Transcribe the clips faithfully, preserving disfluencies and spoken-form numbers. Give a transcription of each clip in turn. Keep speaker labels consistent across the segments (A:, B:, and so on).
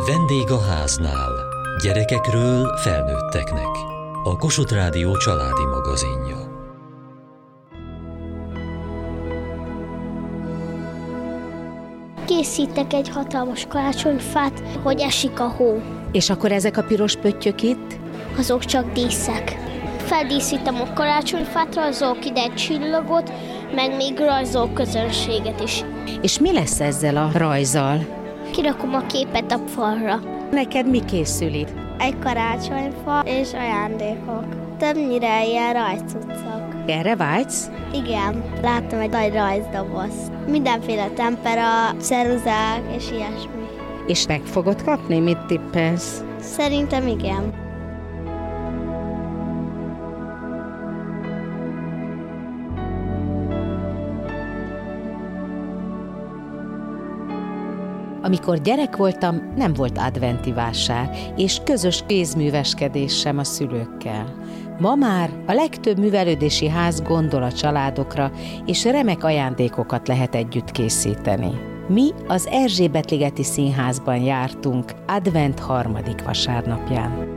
A: Vendég a háznál. Gyerekekről felnőtteknek. A Kossuth Rádió családi magazinja.
B: Készítek egy hatalmas karácsonyfát, hogy esik a hó.
C: És akkor ezek a piros pöttyök itt?
B: Azok csak díszek. Feldíszítem a karácsonyfát, rajzolok ide egy csillagot, meg még rajzolok közönséget is.
C: És mi lesz ezzel a rajzzal?
B: Kirakom a képet a falra.
C: Neked mi készül itt?
B: Egy karácsonyfa és ajándékok. Többnyire ilyen rajzcuccok.
C: Erre vágysz?
B: Igen, láttam egy nagy rajzdobozt. Mindenféle tempera, ceruzák és ilyesmi.
C: És meg fogod kapni? Mit tippelsz?
B: Szerintem igen.
C: Amikor gyerek voltam, nem volt adventi vásár, és közös kézműveskedés sem a szülőkkel. Ma már a legtöbb művelődési ház gondol a családokra, és remek ajándékokat lehet együtt készíteni. Mi az Erzsébet-ligeti Színházban jártunk advent harmadik vasárnapján.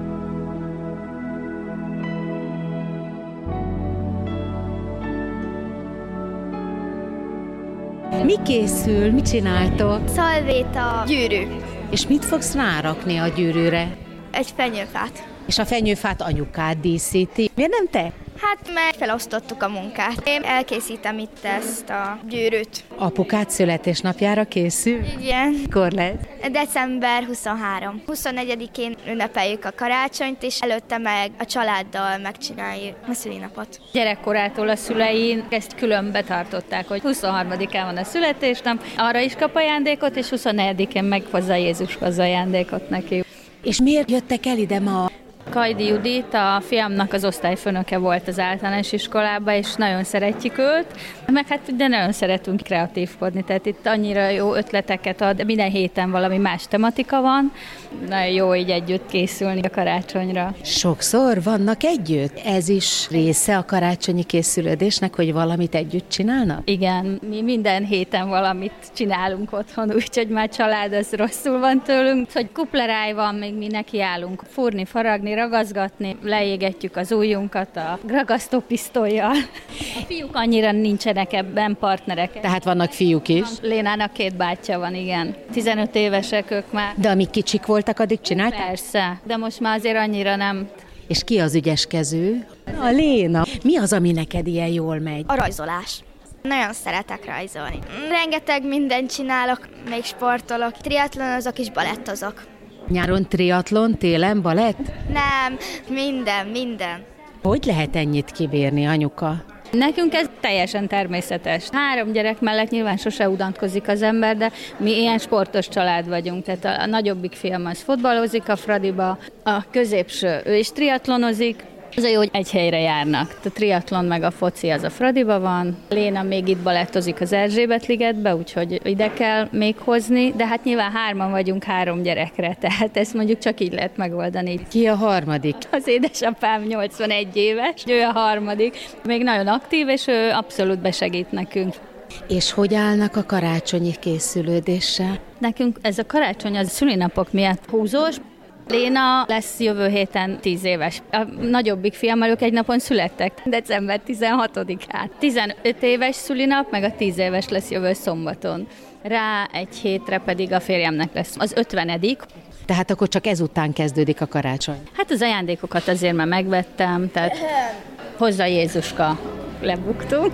C: Mi készül? Mit csináltok?
D: Szalvéta, gyűrű.
C: És mit fogsz rárakni a gyűrűre?
D: Egy fenyőfát.
C: És a fenyőfát anyukád díszíti. Miért nem te?
D: Hát mert felosztottuk a munkát. Én elkészítem itt ezt a gyűrűt.
C: Apukád születésnapjára készül?
D: Igen.
C: Mikor lesz?
D: december huszonharmadika. huszonnegyedikén ünnepeljük a karácsonyt, és előtte meg a családdal megcsináljuk a szülinapot.
E: Gyerekkorától a szülein ezt külön betartották, hogy huszonharmadikán van a születésnap, arra is kap ajándékot, és huszonnegyedikén meg hozza Jézus hozzá ajándékot neki.
C: És miért jöttek el ide ma?
E: Kajdi Judit, a fiamnak az osztályfőnöke volt az általános iskolában, és nagyon szeretjük őt, meg hát ugye nagyon szeretünk kreatívkodni, tehát itt annyira jó ötleteket ad, minden héten valami más tematika van, nagyon jó így együtt készülni a karácsonyra.
C: Sokszor vannak együtt? Ez is része a karácsonyi készülődésnek, hogy valamit együtt csinálnak?
E: Igen, mi minden héten valamit csinálunk otthon, úgyhogy már család az rosszul van tőlünk, hogy kupleráj van, még mi nekiállunk fúrni, faragni, ragazgatni, leégetjük az ujjunkat a ragasztópisztollyal. A fiúk annyira nincsenek ebben partnerek.
C: Tehát vannak fiúk is?
E: Lénának két bátyja van, igen. tizenöt évesek ők már.
C: De amíg kicsik voltak, addig csinálták?
E: Persze, de most már azért annyira nem.
C: És ki az ügyeskező? A Léna. Mi az, ami neked ilyen jól megy?
D: A rajzolás. Nagyon szeretek rajzolni. Rengeteg mindent csinálok, még sportolok, triatlonozok és balettozok.
C: Nyáron triatlon, télen balett?
D: Nem, minden, minden.
C: Hogy lehet ennyit kibírni, anyuka?
E: Nekünk ez teljesen természetes. Három gyerek mellett nyilván sose udantkozik az ember, de mi ilyen sportos család vagyunk. Tehát a, a nagyobbik fiam az fotballozik a Fradiba, a középső ő is triatlonozik. Az a jó, hogy egy helyre járnak. A triatlon meg a foci az a Fradiba van. Léna még itt balettozik az Erzsébet-ligetbe, úgyhogy ide kell még hozni, de hát nyilván hárman vagyunk három gyerekre, tehát ezt mondjuk csak így lehet megoldani.
C: Ki a harmadik?
E: Az édesapám nyolcvanegy éves, ő a harmadik. Még nagyon aktív, és ő abszolút besegít nekünk.
C: És hogy állnak a karácsonyi készülődéssel?
E: Nekünk ez a karácsony az szülinapok miatt húzós. Léna lesz jövő héten tíz éves. A nagyobbik fiammal ők egy napon születtek, december tizenhatodikán. tizenöt éves szülinap, meg a tíz éves lesz jövő szombaton. Rá egy hétre pedig a férjemnek lesz az ötvenedik.
C: Tehát akkor csak ezután kezdődik a karácsony?
E: Hát az ajándékokat azért már megvettem, tehát hozzá Jézuska, lebuktunk.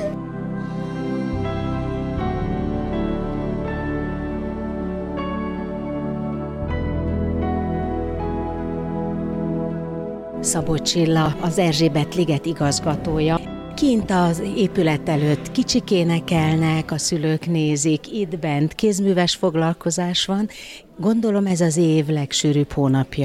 C: Szabó Csilla, az Erzsébet-liget igazgatója. Kint az épület előtt kicsik énekelnek, a szülők nézik, itt bent kézműves foglalkozás van. Gondolom ez az év legsűrűbb hónapja.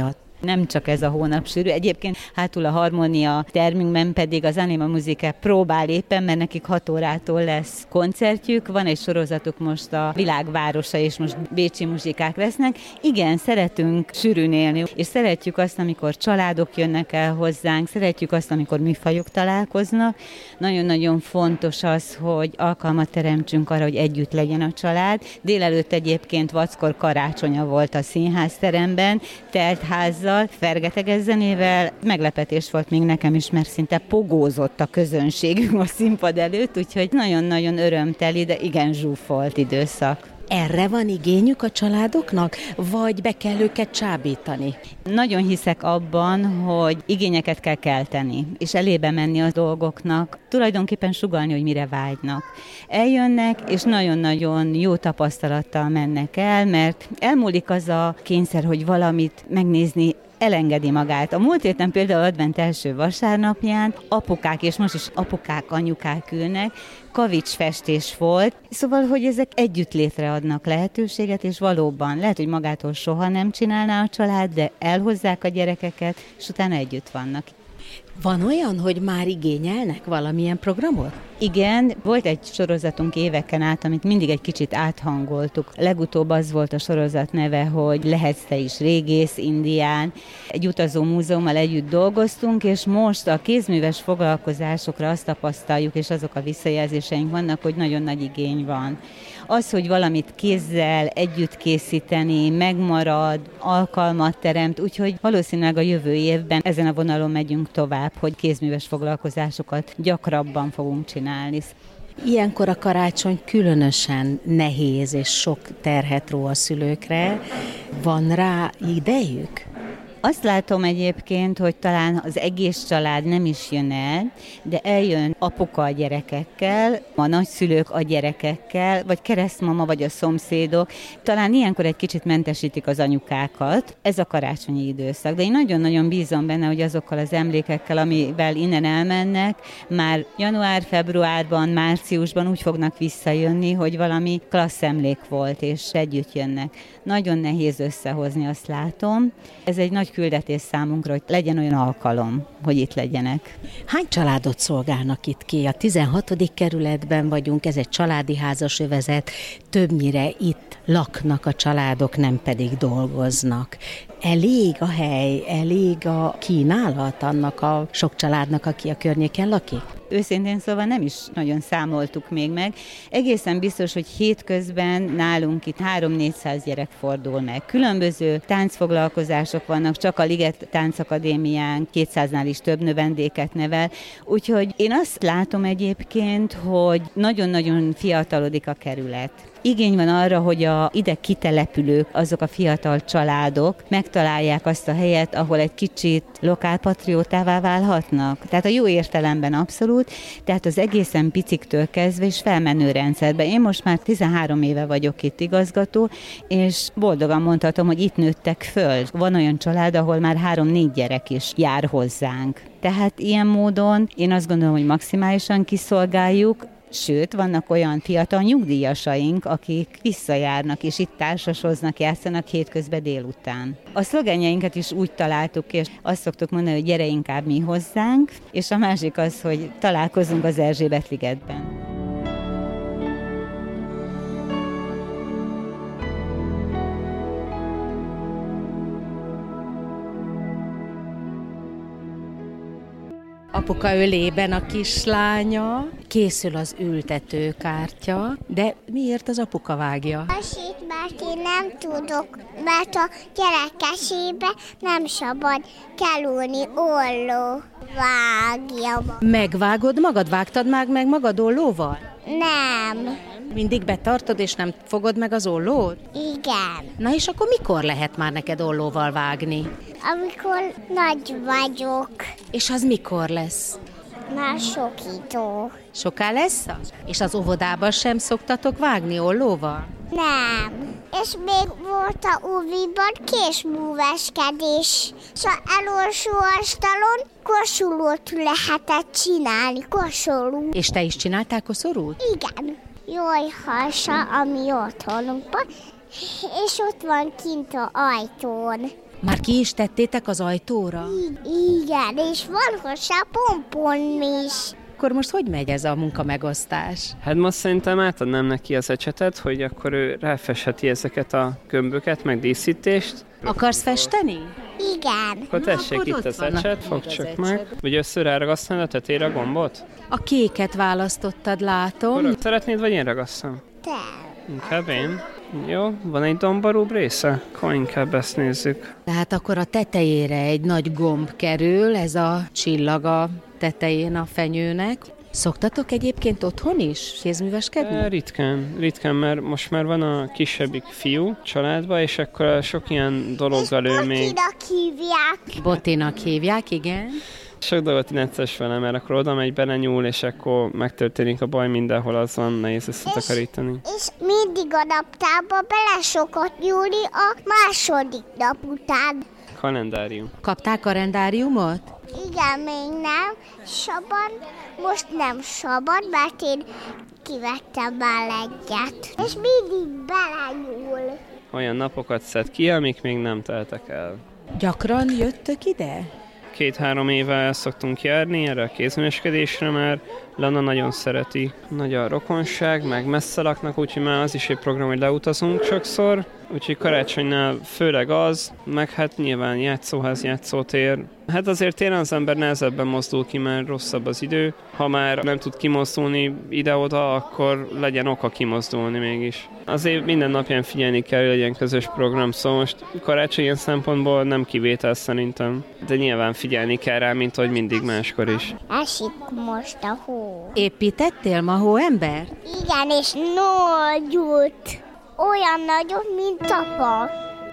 F: Nem csak ez a hónap sűrű. Egyébként hátul a Harmónia termünkben pedig az Anima Musica próbál éppen, mert nekik hat órától lesz koncertjük. Van egy sorozatuk most a világvárosa, és most bécsi muzsikák lesznek. Igen, szeretünk sűrűn élni, és szeretjük azt, amikor családok jönnek el hozzánk, szeretjük azt, amikor műfajok találkoznak. Nagyon-nagyon fontos az, hogy alkalmat teremtsünk arra, hogy együtt legyen a család. Délelőtt egyébként vackor karácsonya volt a színházteremben, telt házzal, fergeteges zenével. Meglepetés volt még nekem is, mert szinte pogózott a közönségünk a színpad előtt, úgyhogy nagyon-nagyon örömteli, de igen zsúfolt időszak.
C: Erre van igényük a családoknak, vagy be kell őket csábítani?
F: Nagyon hiszek abban, hogy igényeket kell kelteni, és elébe menni a dolgoknak, tulajdonképpen sugallni, hogy mire vágynak. Eljönnek, és nagyon-nagyon jó tapasztalattal mennek el, mert elmúlik az a kényszer, hogy valamit megnézni, elengedi magát. A múlt héten például advent első vasárnapján apukák, és most is apukák, anyukák ülnek, kavicsfestés volt, szóval, hogy ezek együtt létreadnak lehetőséget, és valóban lehet, hogy magától soha nem csinálná a család, de elhozzák a gyerekeket, és utána együtt vannak.
C: Van olyan, hogy már igényelnek valamilyen programot?
F: Igen, volt egy sorozatunk éveken át, amit mindig egy kicsit áthangoltuk. Legutóbb az volt a sorozat neve, hogy Lehetsz te is régész Indián. Egy utazó múzeummal együtt dolgoztunk, és most a kézműves foglalkozásokra azt tapasztaljuk, és azok a visszajelzéseink vannak, hogy nagyon nagy igény van. Az, hogy valamit kézzel együtt készíteni, megmarad, alkalmat teremt, úgyhogy valószínűleg a jövő évben ezen a vonalon megyünk tovább, hogy kézműves foglalkozásokat gyakrabban fogunk csinálni.
C: Ilyenkor a karácsony különösen nehéz és sok terhet ró a szülőkre. Van rá idejük?
F: Azt látom egyébként, hogy talán az egész család nem is jön el, de eljön apuka a gyerekekkel, a nagyszülők a gyerekekkel, vagy keresztmama, vagy a szomszédok. Talán ilyenkor egy kicsit mentesítik az anyukákat. Ez a karácsonyi időszak. De én nagyon-nagyon bízom benne, hogy azokkal az emlékekkel, amivel innen elmennek, már január, februárban, márciusban úgy fognak visszajönni, hogy valami klassz emlék volt, és együtt jönnek. Nagyon nehéz összehozni, azt látom. Ez egy nagy küldetés számunkra, hogy legyen olyan alkalom, hogy itt legyenek.
C: Hány családot szolgálnak itt ki? A tizenhatodik kerületben vagyunk, ez egy családi házasövezet, többnyire itt laknak a családok, nem pedig dolgoznak. Elég a hely, elég a kínálat annak a sok családnak, aki a környéken lakik?
F: Őszintén szóval nem is nagyon számoltuk még meg. Egészen biztos, hogy hétközben nálunk itt három-négyszáz gyerek fordul meg. Különböző táncfoglalkozások vannak, csak a Liget Táncakadémián kétszáznál is több növendéket nevel. Úgyhogy én azt látom egyébként, hogy nagyon-nagyon fiatalodik a kerület. Igény van arra, hogy a ide kitelepülők, azok a fiatal családok megtalálják azt a helyet, ahol egy kicsit lokálpatriótává válhatnak. Tehát a jó értelemben abszolút, tehát az egészen piciktől kezdve és felmenő rendszerben. Én most már tizenhárom éve vagyok itt igazgató, és boldogan mondhatom, hogy itt nőttek föl. Van olyan család, ahol már három-négy gyerek is jár hozzánk. Tehát ilyen módon én azt gondolom, hogy maximálisan kiszolgáljuk. Sőt, vannak olyan fiatal nyugdíjasaink, akik visszajárnak, és itt társasoznak, játszanak hétközben délután. A szlogenjeinket is úgy találtuk, és azt szoktuk mondani, hogy gyere inkább mi hozzánk, és a másik az, hogy találkozunk az Erzsébet-ligetben.
C: Apuka ölében a kislánya, készül az ültetőkártya, de miért az apuka vágja?
B: Azért, mert én nem tudok, mert a gyerekesébe nem szabad kerülni olló vágja.
C: Megvágod magad? Vágtad már meg magad ollóval?
B: Nem.
C: Mindig betartod, és nem fogod meg az ollót?
B: Igen.
C: Na és akkor mikor lehet már neked ollóval vágni?
B: Amikor nagy vagyok.
C: És az mikor lesz?
B: Már sok idő.
C: Soká lesz az? És az óvodában sem szoktatok vágni ollóval?
B: Nem. És még volt a óviban késműveskedés. És a elolsó asztalon koszorút lehetett csinálni, koszorút.
C: És te is csináltál koszorút?
B: Igen. Jaj, hasa, ami otthonunkban, és ott van kint az ajtón.
C: Már ki is tettétek az ajtóra?
B: Igen, és van hozzá pompon is.
C: Akkor most hogy megy ez a munkamegosztás?
G: Hát most szerintem átadnám neki az ecsetet, hogy akkor ő ráfesheti ezeket a gömböket, meg díszítést.
C: Akarsz festeni?
B: Igen.
G: Akkor tessék
C: akkor
G: itt
C: ott
G: az
C: vannak
G: ecset,
C: még
G: fog
C: az
G: csak
C: ecset.
G: meg. Ugye össze ráragasztani a tetére a gombot?
C: A kéket választottad, látom.
G: Akkor szeretnéd, vagy én ragasszam?
B: Te.
G: Inkább én. Jó, van egy domborúbb része? Akkor inkább ezt nézzük.
C: Tehát akkor a tetejére egy nagy gomb kerül, ez a csillag a tetején a fenyőnek. Szoktatok egyébként otthon is kézműveskedni?
G: E, ritkán, ritkán, mert most már van a kisebbik fiú családban, és akkor sok ilyen dologgal ő még...
B: Botinak hívják.
C: Botinak hívják, igen.
G: Sok dolgot necces vele, mert akkor oda megy, belenyúl, és akkor megtörténik a baj mindenhol, az van nehéz összetakarítani.
B: És mindig a naptárba bele szokott nyúlni a második nap után.
G: Kalendárium.
C: Kapták kalendáriumot?
B: Igen, még nem. Szabad, most nem szabad, mert én kivettem már egyet. És mindig belenyúl.
G: Olyan napokat szed ki, amik még nem teltek el.
C: Gyakran jöttök ide?
G: Két-három éve el szoktunk járni erre a kézműveskedésre, mert Lana nagyon szereti. Nagy a rokonság, meg messze laknak, úgyhogy már az is egy program, hogy leutazunk sokszor. Úgyhogy karácsonynál főleg az, meg hát nyilván játszóház, játszótér. Hát azért tényleg az ember nehezebben mozdul ki, mert rosszabb az idő. Ha már nem tud kimozdulni ide-oda, akkor legyen oka kimozdulni mégis. Azért minden napján figyelni kell, hogy legyen közös program, szóval most karácsony ilyen szempontból nem kivétel szerintem. De nyilván figyelni kell rá, mint hogy mindig máskor is.
B: Esik most a hó.
C: Építettél ma hóember?
B: Igen, és nagyot. Olyan nagyot, mint apa.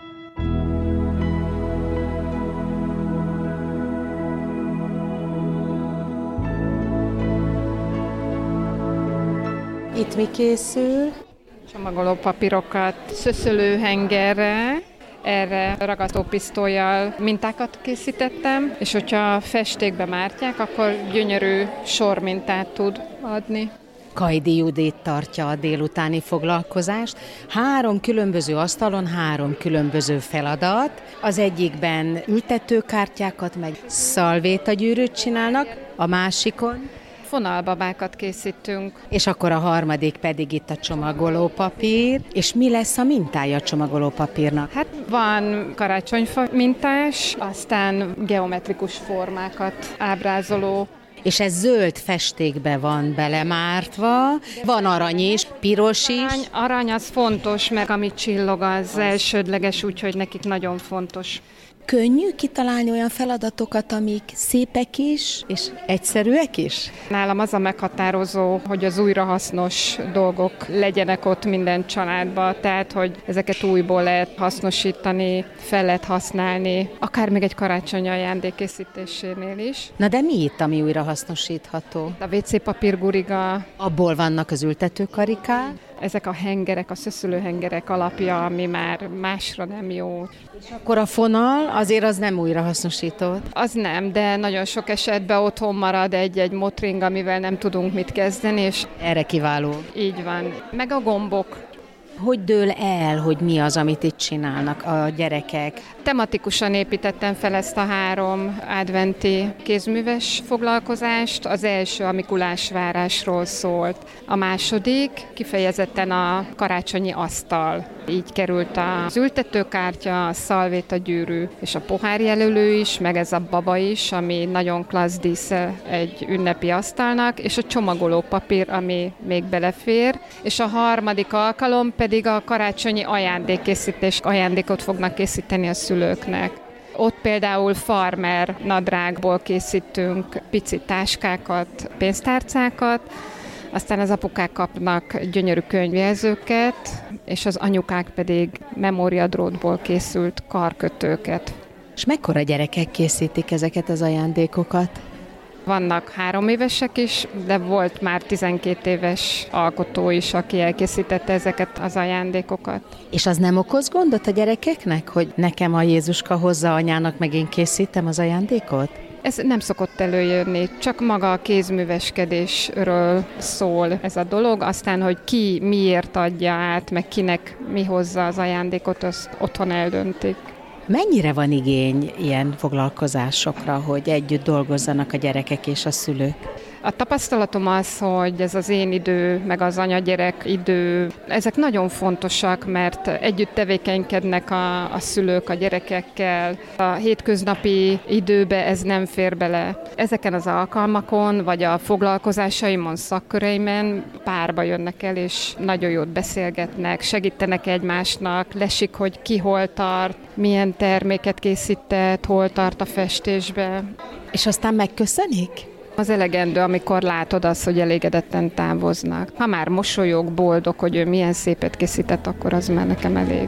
C: Itt mi készül?
H: Csomagoló papírokat szöszölőhengerre, erre ragasztópisztollyal mintákat készítettem, és hogyha festékbe mártják, akkor gyönyörű sormintát tud adni.
C: Kajdi Judit tartja a délutáni foglalkozást. Három különböző asztalon, három különböző feladat. Az egyikben ültetőkártyákat, meg szalvétagyűrűt csinálnak, a másikon
H: Fonalbabákat készítünk.
C: és akkor a harmadik pedig itt a csomagolópapír. És mi lesz a mintája a csomagolópapírnak?
H: Hát van karácsonyfa mintás, aztán geometrikus formákat ábrázoló.
C: És ez zöld festékbe van belemártva, van arany is, piros is.
H: Arany, arany az fontos, mert ami csillog az elsődleges, úgyhogy nekik nagyon fontos.
C: Könnyű kitalálni olyan feladatokat, amik szépek is, és egyszerűek is?
H: Nálam az a meghatározó, hogy az újrahasznos dolgok legyenek ott minden családban, tehát hogy ezeket újból lehet hasznosítani, fel lehet használni, akár még egy karácsonyi ajándék készítésénél is.
C: Na de mi itt, ami újrahasznosítható?
H: A vé cé papírguriga,
C: Abból vannak az ültetőkarikák,
H: ezek a hengerek, a szöszölőhengerek alapja, ami már másra nem jó.
C: és akkor a fonal azért az nem újrahasznosított.
H: Az nem, de nagyon sok esetben otthon marad egy-egy motring, amivel nem tudunk mit kezdeni, és
C: Erre kiváló.
H: így van. Meg a gombok.
C: Hogy dől el, hogy mi az, amit itt csinálnak a gyerekek?
H: Tematikusan építettem fel ezt a három adventi kézműves foglalkozást. Az első a Mikulás várásról szólt. A második kifejezetten a karácsonyi asztal. Így került az ültetőkártya, a szalvétagyűrű és a pohárjelölő is, meg ez a baba is, ami nagyon klassz dísze egy ünnepi asztalnak, és a csomagoló papír, ami még belefér. És a harmadik alkalom pedig a karácsonyi ajándékkészítés. Ajándékot fognak készíteni a szülőknek. Ott például farmer nadrágból készítünk pici táskákat, pénztárcákat, aztán az apukák kapnak gyönyörű könyvjelzőket, és az anyukák pedig memóriadrótból készült karkötőket.
C: És mekkora gyerekek készítik ezeket az ajándékokat?
H: Vannak három évesek is, de volt már tizenkét éves alkotó is, aki elkészítette ezeket az ajándékokat.
C: És az nem okoz gondot a gyerekeknek, hogy nekem a Jézuska hozza anyának, meg én készítem az ajándékot?
H: Ez nem szokott előjönni, csak maga a kézműveskedésről szól ez a dolog, aztán, hogy ki miért adja át, meg kinek mi hozza az ajándékot, azt otthon eldöntik.
C: Mennyire van igény ilyen foglalkozásokra, hogy együtt dolgozzanak a gyerekek és a szülők?
H: A tapasztalatom az, hogy ez az én idő, meg az anya-gyerek idő, ezek nagyon fontosak, mert együtt tevékenykednek a, a szülők a gyerekekkel. A hétköznapi időbe ez nem fér bele. Ezeken az alkalmakon, vagy a foglalkozásaimon, szakköreimen párba jönnek el, és nagyon jót beszélgetnek, segítenek egymásnak, lesik, hogy ki hol tart, milyen terméket készített, hol tart a festésbe.
C: És aztán megköszönik?
H: Az elegendő, amikor látod azt, hogy elégedetten távoznak. Ha már mosolyog, boldog, hogy ő milyen szépet készített, akkor az már nekem elég.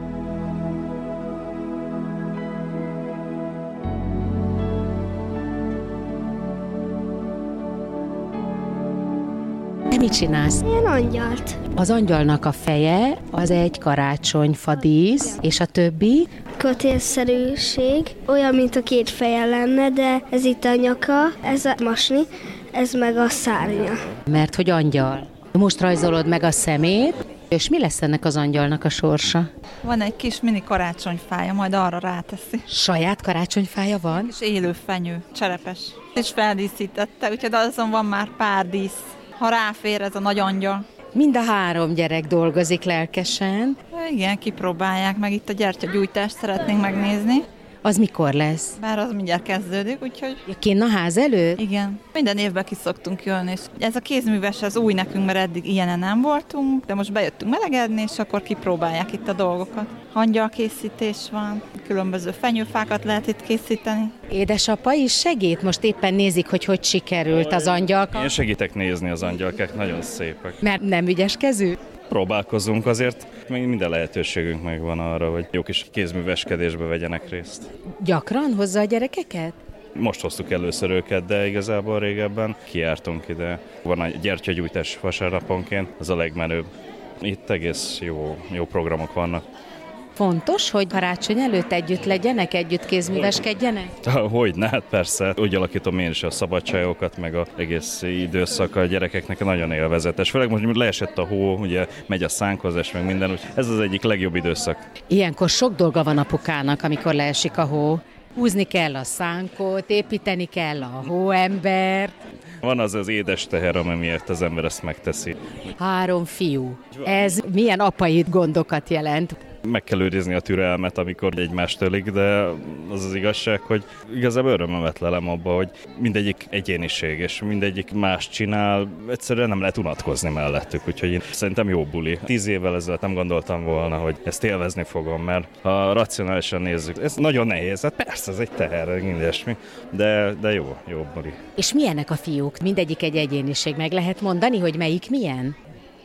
C: Te mit csinálsz?
B: Ilyen angyalt.
C: Az angyalnak a feje az egy karácsonyfa dísz, és a többi?
B: Kötélszerűség, olyan, mint a két feje lenne, de ez itt a nyaka, ez a masni, ez meg a szárnya.
C: Mert hogy angyal. Most rajzolod meg a szemét, és mi lesz ennek az angyalnak a sorsa?
I: Van egy kis mini karácsonyfája, majd arra ráteszi.
C: Saját karácsonyfája van?
I: És élő fenyő, cserepes. És feldíszítette, úgyhogy azon van már pár dísz. Ha ráfér ez a nagy angyal.
C: Mind a három gyerek dolgozik lelkesen.
I: Igen, kipróbálják meg, itt a gyertyagyújtást szeretnénk megnézni.
C: Az mikor lesz?
I: Bár az mindjárt kezdődik, úgyhogy...
C: Ja, kinn a ház előtt?
I: Igen. Minden évben ki szoktunk jönni, és ez a kézműves az új nekünk, mert eddig ilyenen nem voltunk, de most bejöttünk melegedni, és akkor kipróbálják itt a dolgokat. Angyalkészítés van, különböző fenyőfákat lehet itt készíteni.
C: Édesapa is segít? Most éppen nézik, hogy hogy sikerült az angyalka.
J: Én segítek nézni az angyalkák, nagyon szépek.
C: Mert nem ügyes kezű?
J: Próbálkozunk azért, még minden lehetőségünk megvan arra, hogy jó kis kézműveskedésbe vegyenek részt.
C: Gyakran hozza a gyerekeket?
J: Most hoztuk először őket, de igazából régebben kijártunk ide. Van egy gyertyagyújtás vasárnaponként, az a legmenőbb. Itt egész jó, jó programok vannak.
C: Fontos, hogy karácsony előtt együtt legyenek, együtt kézműveskedjenek?
J: Hogyne, hát persze. Úgy alakítom én is a szabadságokat, meg az egész időszak a gyerekeknek nagyon élvezetes. Főleg most, hogy leesett a hó, ugye megy a szánkozás, meg minden, úgy ez az egyik legjobb időszak.
C: Ilyenkor sok dolga van apukának, amikor leesik a hó. Húzni kell a szánkot, építeni kell a hóembert.
J: Van az az édes teher, ami miért az ember ezt megteszi.
C: Három fiú. Ez milyen apai gondokat jelent?
J: Meg kell őrizni a türelmet, amikor egymást ölik, de az az igazság, hogy igazából örömömet lelem abba, hogy mindegyik egyéniség, és mindegyik más csinál, egyszerűen nem lehet unatkozni mellettük, úgyhogy én szerintem jó buli. Tíz évvel ezelőtt nem gondoltam volna, hogy ezt élvezni fogom, mert ha racionálisan nézzük, ez nagyon nehéz, hát persze ez egy teher, mindesmi, de, de jó, jó buli.
C: És milyenek a fiúk? Mindegyik egy egyéniség, meg lehet mondani, hogy melyik milyen?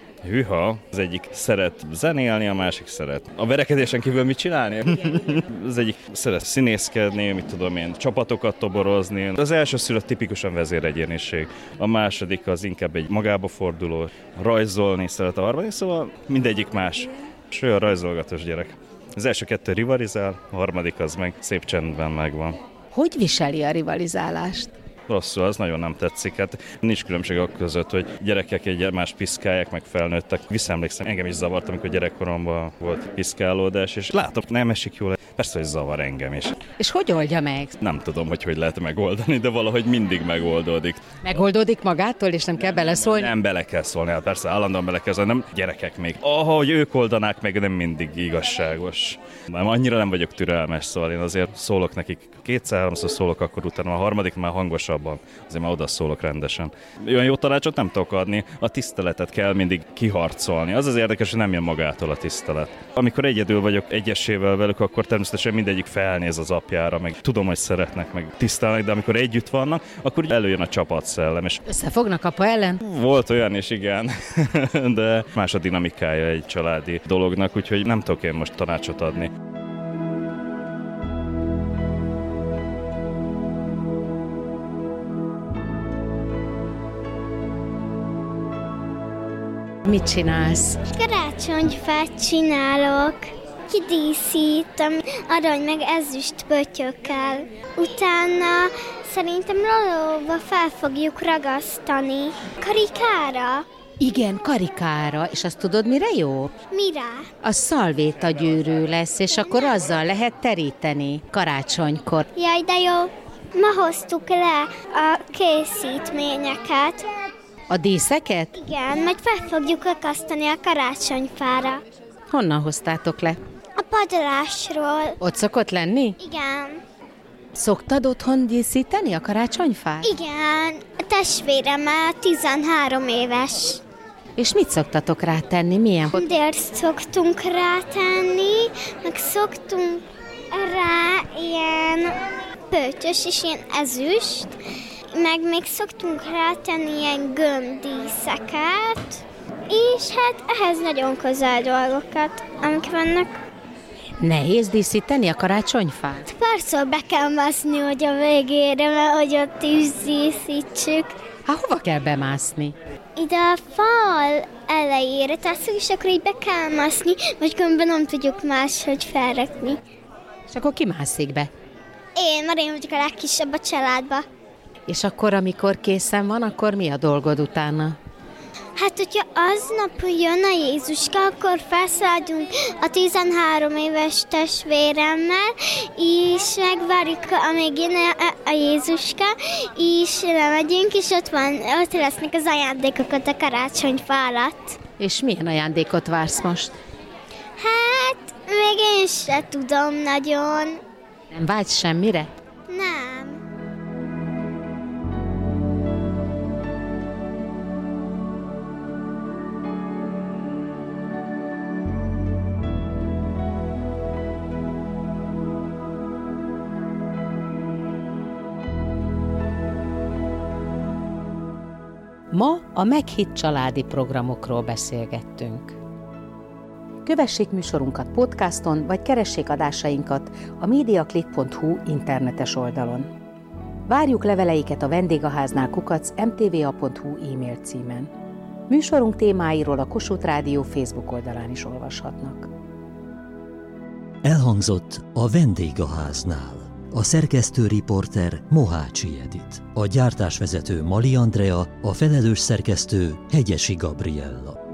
J: Hűha, az egyik szeret zenélni, a másik szeret a verekedésen kívül mit csinálni? Az egyik szeret színészkedni, mit tudom én, csapatokat toborozni. Az első szülött tipikusan vezéregyéniség, a második az inkább egy magába forduló, rajzolni szeret a harmadik, szóval mindegyik más. És olyan rajzolgatós gyerek. Az első kettő rivalizál, a harmadik az meg szép csendben megvan.
C: Hogy viseli a rivalizálást?
J: Rosszul, az nagyon nem tetszik. Hát nincs különbség a között, hogy gyerekek egymást piszkálják, meg felnőttek. Visszaemlékszem, engem is zavart, amikor gyerekkoromban volt piszkálódás, és látom, nem esik jól. Persze, hogy zavar engem is.
C: És hogy oldja meg?
J: Nem tudom, hogy hogy lehet megoldani, de valahogy mindig megoldódik.
C: Megoldódik magától, és nem kell beleszólni?
J: Nem bele kell szólni, hát persze állandóan bele kell szólni, nem gyerekek még. Ahogy ők oldanák meg, nem mindig igazságos. Nem, annyira nem vagyok türelmes, szóval én azért szólok nekik. Kétszer-háromszor szólok, akkor utána a harmadik már hangosabban. Azért már oda szólok rendesen. Olyan jó tanácsot nem tudok adni, a tiszteletet kell mindig kiharcolni. Az az érdekes, hogy nem jön magától a tisztelet. Amikor egyedül vagyok egyesével velük, akkor természetesen mindegyik felnéz az apjára, meg tudom, hogy szeretnek, meg tisztelnek, de amikor együtt vannak, akkor előjön a csapatszellem. És
C: összefognak apa ellen?
J: Volt olyan is, igen, de más a dinamikája egy családi dolognak, úgyhogy nem tudok én most tanácsot adni.
C: Mit csinálsz?
B: Karácsonyfát csinálok, kidíszítem arany meg ezüst pöttyökkel. Utána szerintem lolóba fel fogjuk ragasztani karikára.
C: Igen, karikára, és azt tudod, mire jó?
B: Mire?
C: A szalvéta gyűrű lesz, és akkor azzal lehet teríteni karácsonykor.
B: Jaj, de jó! Ma hoztuk le a készítményeket.
C: A díszeket?
B: Igen, majd fel fogjuk akasztani a karácsonyfára.
C: Honnan hoztátok le?
B: A padlásról.
C: Ott szokott lenni?
B: Igen.
C: Szoktad otthon díszíteni a karácsonyfát?
B: Igen, a testvéremmel tizenhárom éves.
C: És mit szoktatok rátenni? Milyen?
B: Dért szoktunk rátenni, meg szoktunk rá ilyen pöttyös és ilyen ezüst, meg még szoktunk rátenni ilyen gömbdíszeket, és hát ehhez nagyon közel dolgokat, amik vannak.
C: Nehéz díszíteni a karácsonyfát?
B: Párszor be kell mászni, hogy a végére, mert hogy ott is díszítsük.
C: Hát hova kell bemászni?
B: Ide a fal elejére tesszük, és akkor így be kell mászni, vagy különben nem tudjuk máshogy felrakni.
C: És akkor ki mászik be?
B: Én, mert én vagyok a legkisebb a családba.
C: És akkor, amikor készen van, akkor mi a dolgod utána?
B: Hát, hogyha aznap jön a Jézuska, akkor felszállunk a tizenhárom éves testvéremmel, és megvárjuk, amíg jön a Jézuska, és lemegyünk, és ott, van, ott lesznek az ajándékokat a karácsonyfa alatt.
C: És milyen ajándékot vársz most?
B: Hát, még én se tudom nagyon.
C: Nem vágysz semmire?
B: Nem.
C: Ma a meghitt családi programokról beszélgettünk. Kövessék műsorunkat podcaston, vagy keressék adásainkat a mediaclick pont hu internetes oldalon. Várjuk leveleiket a vendégháznál kukac em té vé á pont hu e-mail címen. Műsorunk témáiról a Kossuth Rádió Facebook oldalán is olvashatnak.
A: Elhangzott a vendégháznál. A szerkesztő riporter Mohácsi Edit, a gyártásvezető Mali Andrea, a felelős szerkesztő Hegyesi Gabriella.